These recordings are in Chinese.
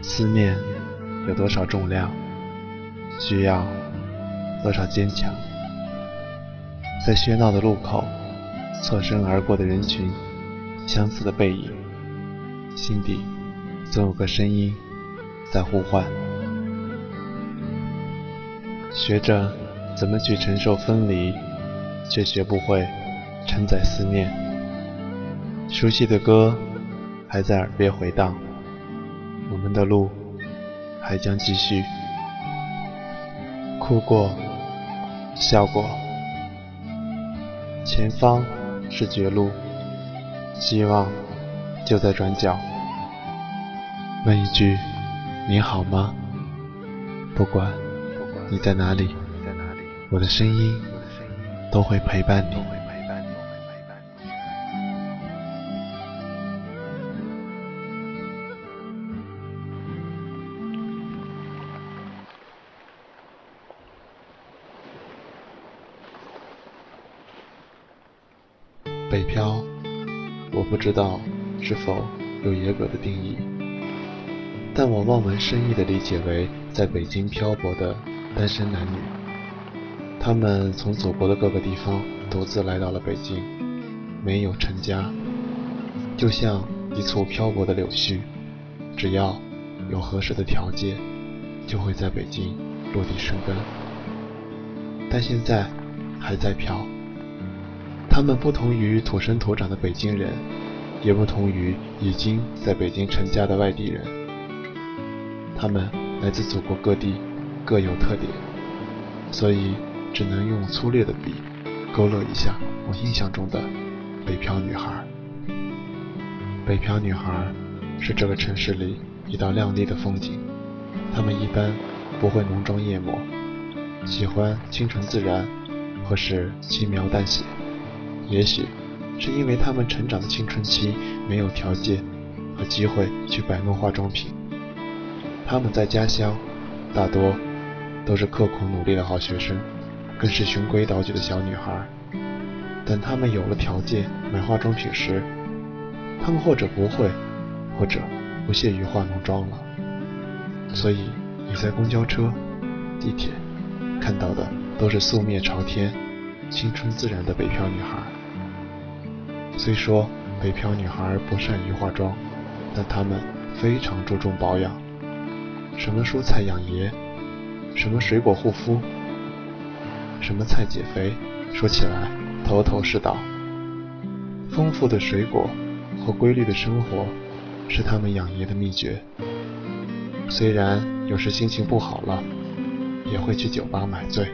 思念有多少重量，需要多少坚强。在喧闹的路口，侧身而过的人群，相似的背影，心底总有个声音在呼唤，学着怎么去承受分离，却学不会承载思念。熟悉的歌还在耳边回荡，我们的路还将继续。哭过，笑过，前方是绝路，希望就在转角。问一句你好吗？不管你在哪里，我的声音都会陪伴你。北漂，我不知道是否有野葛的定义，但我望文生义地理解为在北京漂泊的单身男女。他们从祖国的各个地方独自来到了北京，没有成家，就像一簇漂泊的柳絮，只要有合适的条件，就会在北京落地生根。但现在还在漂。他们不同于土生土长的北京人，也不同于已经在北京成家的外地人。他们来自祖国各地，各有特点，所以只能用粗略的笔勾勒一下我印象中的北漂女孩。北漂女孩是这个城市里一道亮丽的风景。她们一般不会浓妆艳抹，喜欢清纯自然，或是轻描淡写。也许是因为他们成长的青春期没有条件和机会去摆弄化妆品，他们在家乡大多都是刻苦努力的好学生，更是循规蹈矩的小女孩。等他们有了条件买化妆品时，他们或者不会，或者不屑于化浓妆了。所以你在公交车、地铁看到的都是素面朝天、青春自然的北漂女孩。虽说北漂女孩不善于化妆，但她们非常注重保养，什么蔬菜养颜，什么水果护肤，什么菜减肥，说起来头头是道。丰富的水果和规律的生活是她们养颜的秘诀。虽然有时心情不好了，也会去酒吧买醉。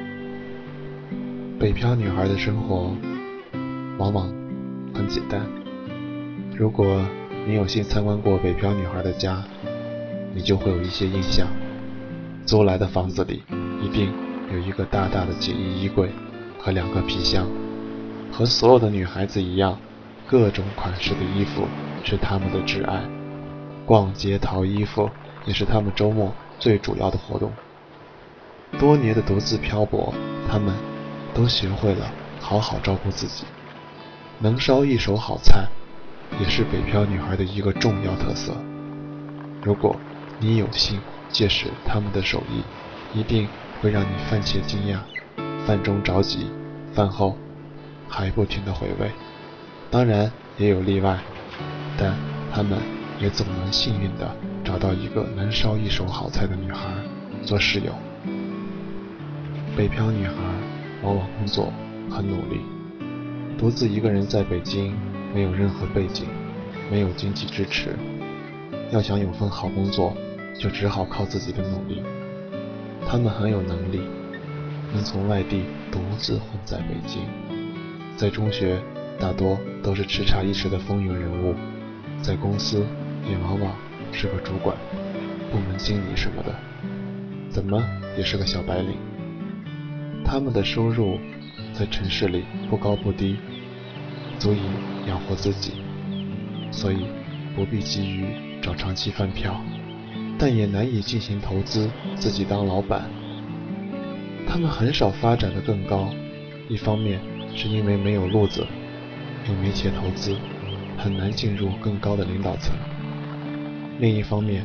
北漂女孩的生活往往很简单。如果你有幸参观过北漂女孩的家，你就会有一些印象。租来的房子里一定有一个大大的简易衣柜和2个皮箱。和所有的女孩子一样，各种款式的衣服是她们的挚爱。逛街淘衣服也是她们周末最主要的活动。多年的独自漂泊，她们都学会了好好照顾自己。能烧一手好菜也是北漂女孩的一个重要特色。如果你有幸见识她们的手艺，一定会让你饭前惊讶，饭中着急，饭后还不停地回味。当然也有例外，但她们也总能幸运地找到一个能烧一手好菜的女孩做室友。北漂女孩往往工作很努力，独自一个人在北京，没有任何背景，没有经济支持，要想有份好工作，就只好靠自己的努力。他们很有能力，能从外地独自混在北京。在中学，大多都是叱咤一时的风云人物，在公司也往往是个主管、部门经理什么的，怎么也是个小白领。他们的收入在城市里不高不低，足以养活自己，所以不必急于找长期饭票，但也难以进行投资，自己当老板。他们很少发展得更高，一方面是因为没有路子，又没钱投资，很难进入更高的领导层；另一方面，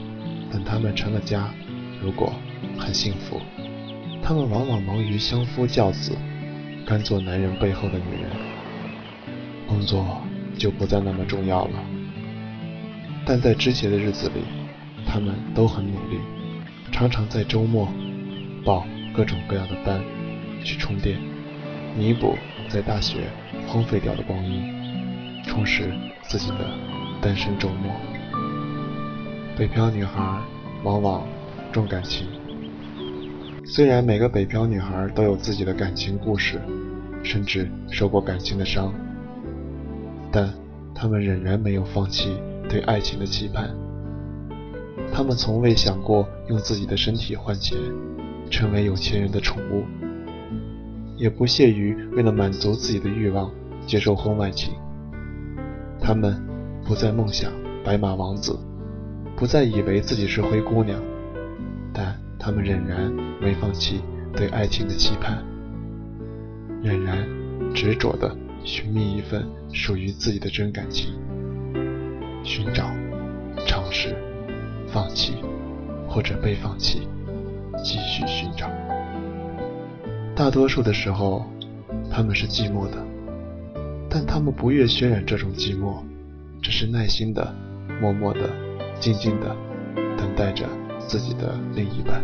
等他们成了家，如果很幸福，他们往往忙于相夫教子，甘做男人背后的女人，工作就不再那么重要了。但在之前的日子里，他们都很努力，常常在周末报各种各样的班去充电，弥补在大学荒废掉的光阴，充实自己的单身周末。北漂女孩往往重感情，虽然每个北漂女孩都有自己的感情故事，甚至受过感情的伤，但她们仍然没有放弃对爱情的期盼。她们从未想过用自己的身体换钱，成为有钱人的宠物，也不屑于为了满足自己的欲望接受婚外情。她们不再梦想白马王子，不再以为自己是灰姑娘，但她们仍然没放弃对爱情的期盼，仍然执着地寻觅一份属于自己的真感情，寻找，尝试，放弃，或者被放弃，继续寻找。大多数的时候，他们是寂寞的，但他们不愿渲染这种寂寞，只是耐心的、默默的、静静的等待着自己的另一半。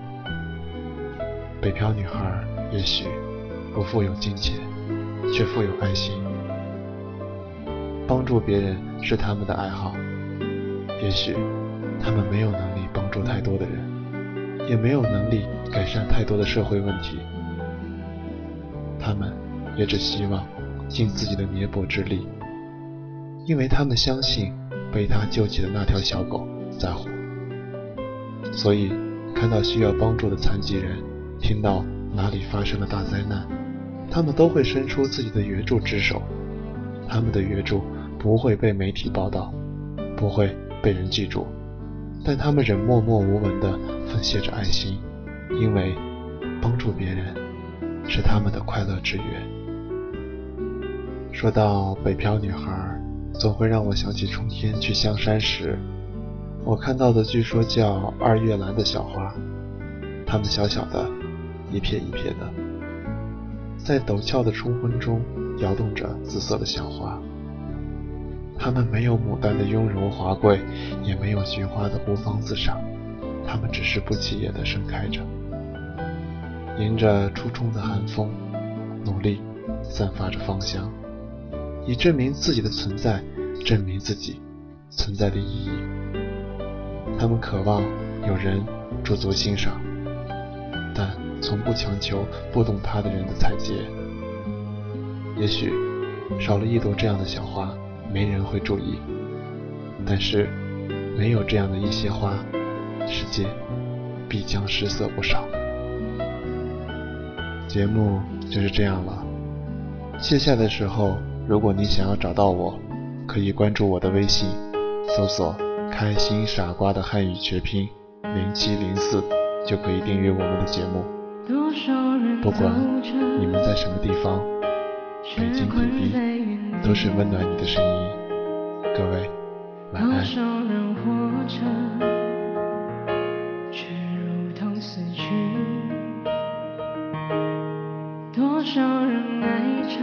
北漂女孩也许不富有金钱，却富有爱心，帮助别人是他们的爱好。也许他们没有能力帮助太多的人，也没有能力改善太多的社会问题，他们也只希望尽自己的绵薄之力，因为他们相信被他救起的那条小狗在乎。所以看到需要帮助的残疾人，听到哪里发生了大灾难，他们都会伸出自己的援助之手。他们的援助不会被媒体报道，不会被人记住，但他们仍默默无闻地奉献着爱心，因为帮助别人是他们的快乐之源。说到北漂女孩，总会让我想起春天去香山时，我看到的据说叫二月兰的小花，它们小小的，一片一片的，在陡峭的春昏中摇动着紫色的小花。它们没有牡丹的雍容华贵，也没有菊花的孤芳自赏，它们只是不起眼地盛开着，迎着初春的寒风，努力散发着芳香，以证明自己的存在，证明自己存在的意义。他们渴望有人驻足欣赏，但从不强求不懂它的人的采撷。也许少了一朵这样的小花，没人会注意，但是没有这样的一些花，世界必将失色不少。节目就是这样了，卸下的时候，如果你想要找到我，可以关注我的微信，搜索开心傻瓜的汉语全拼0704，就可以订阅我们的节目。不管你们在什么地方，北京点滴都是温暖你的声音。各位晚安。多少人活着却如同死去，多少人爱着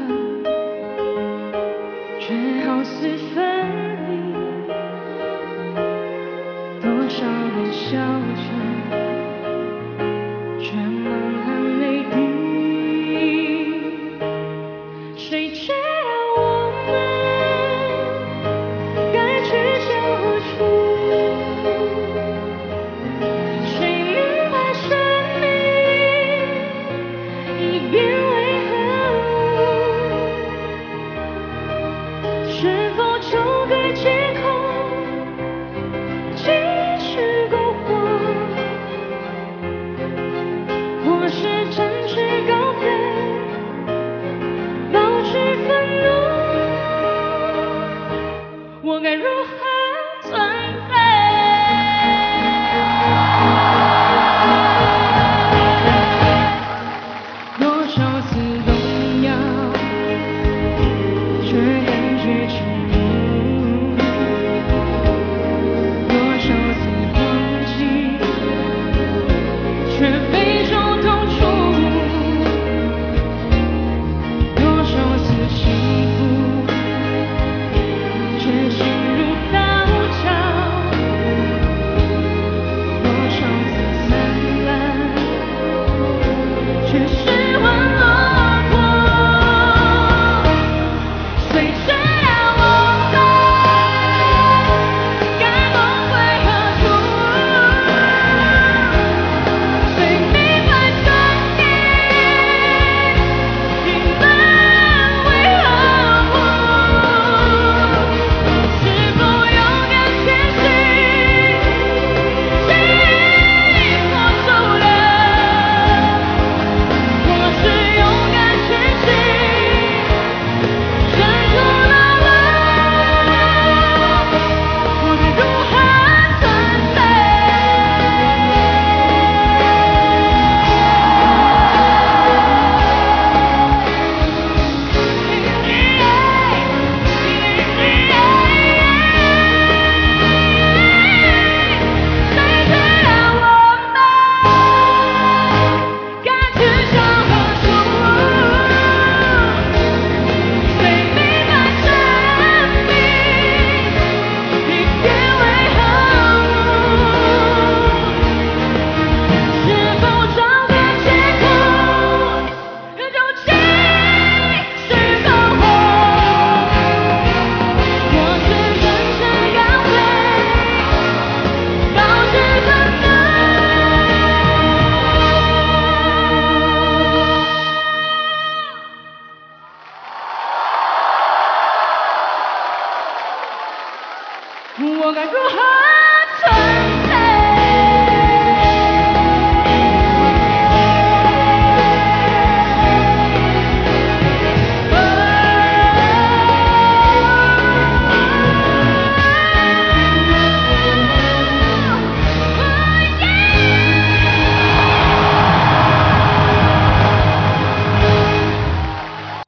却好似分离，多少人笑着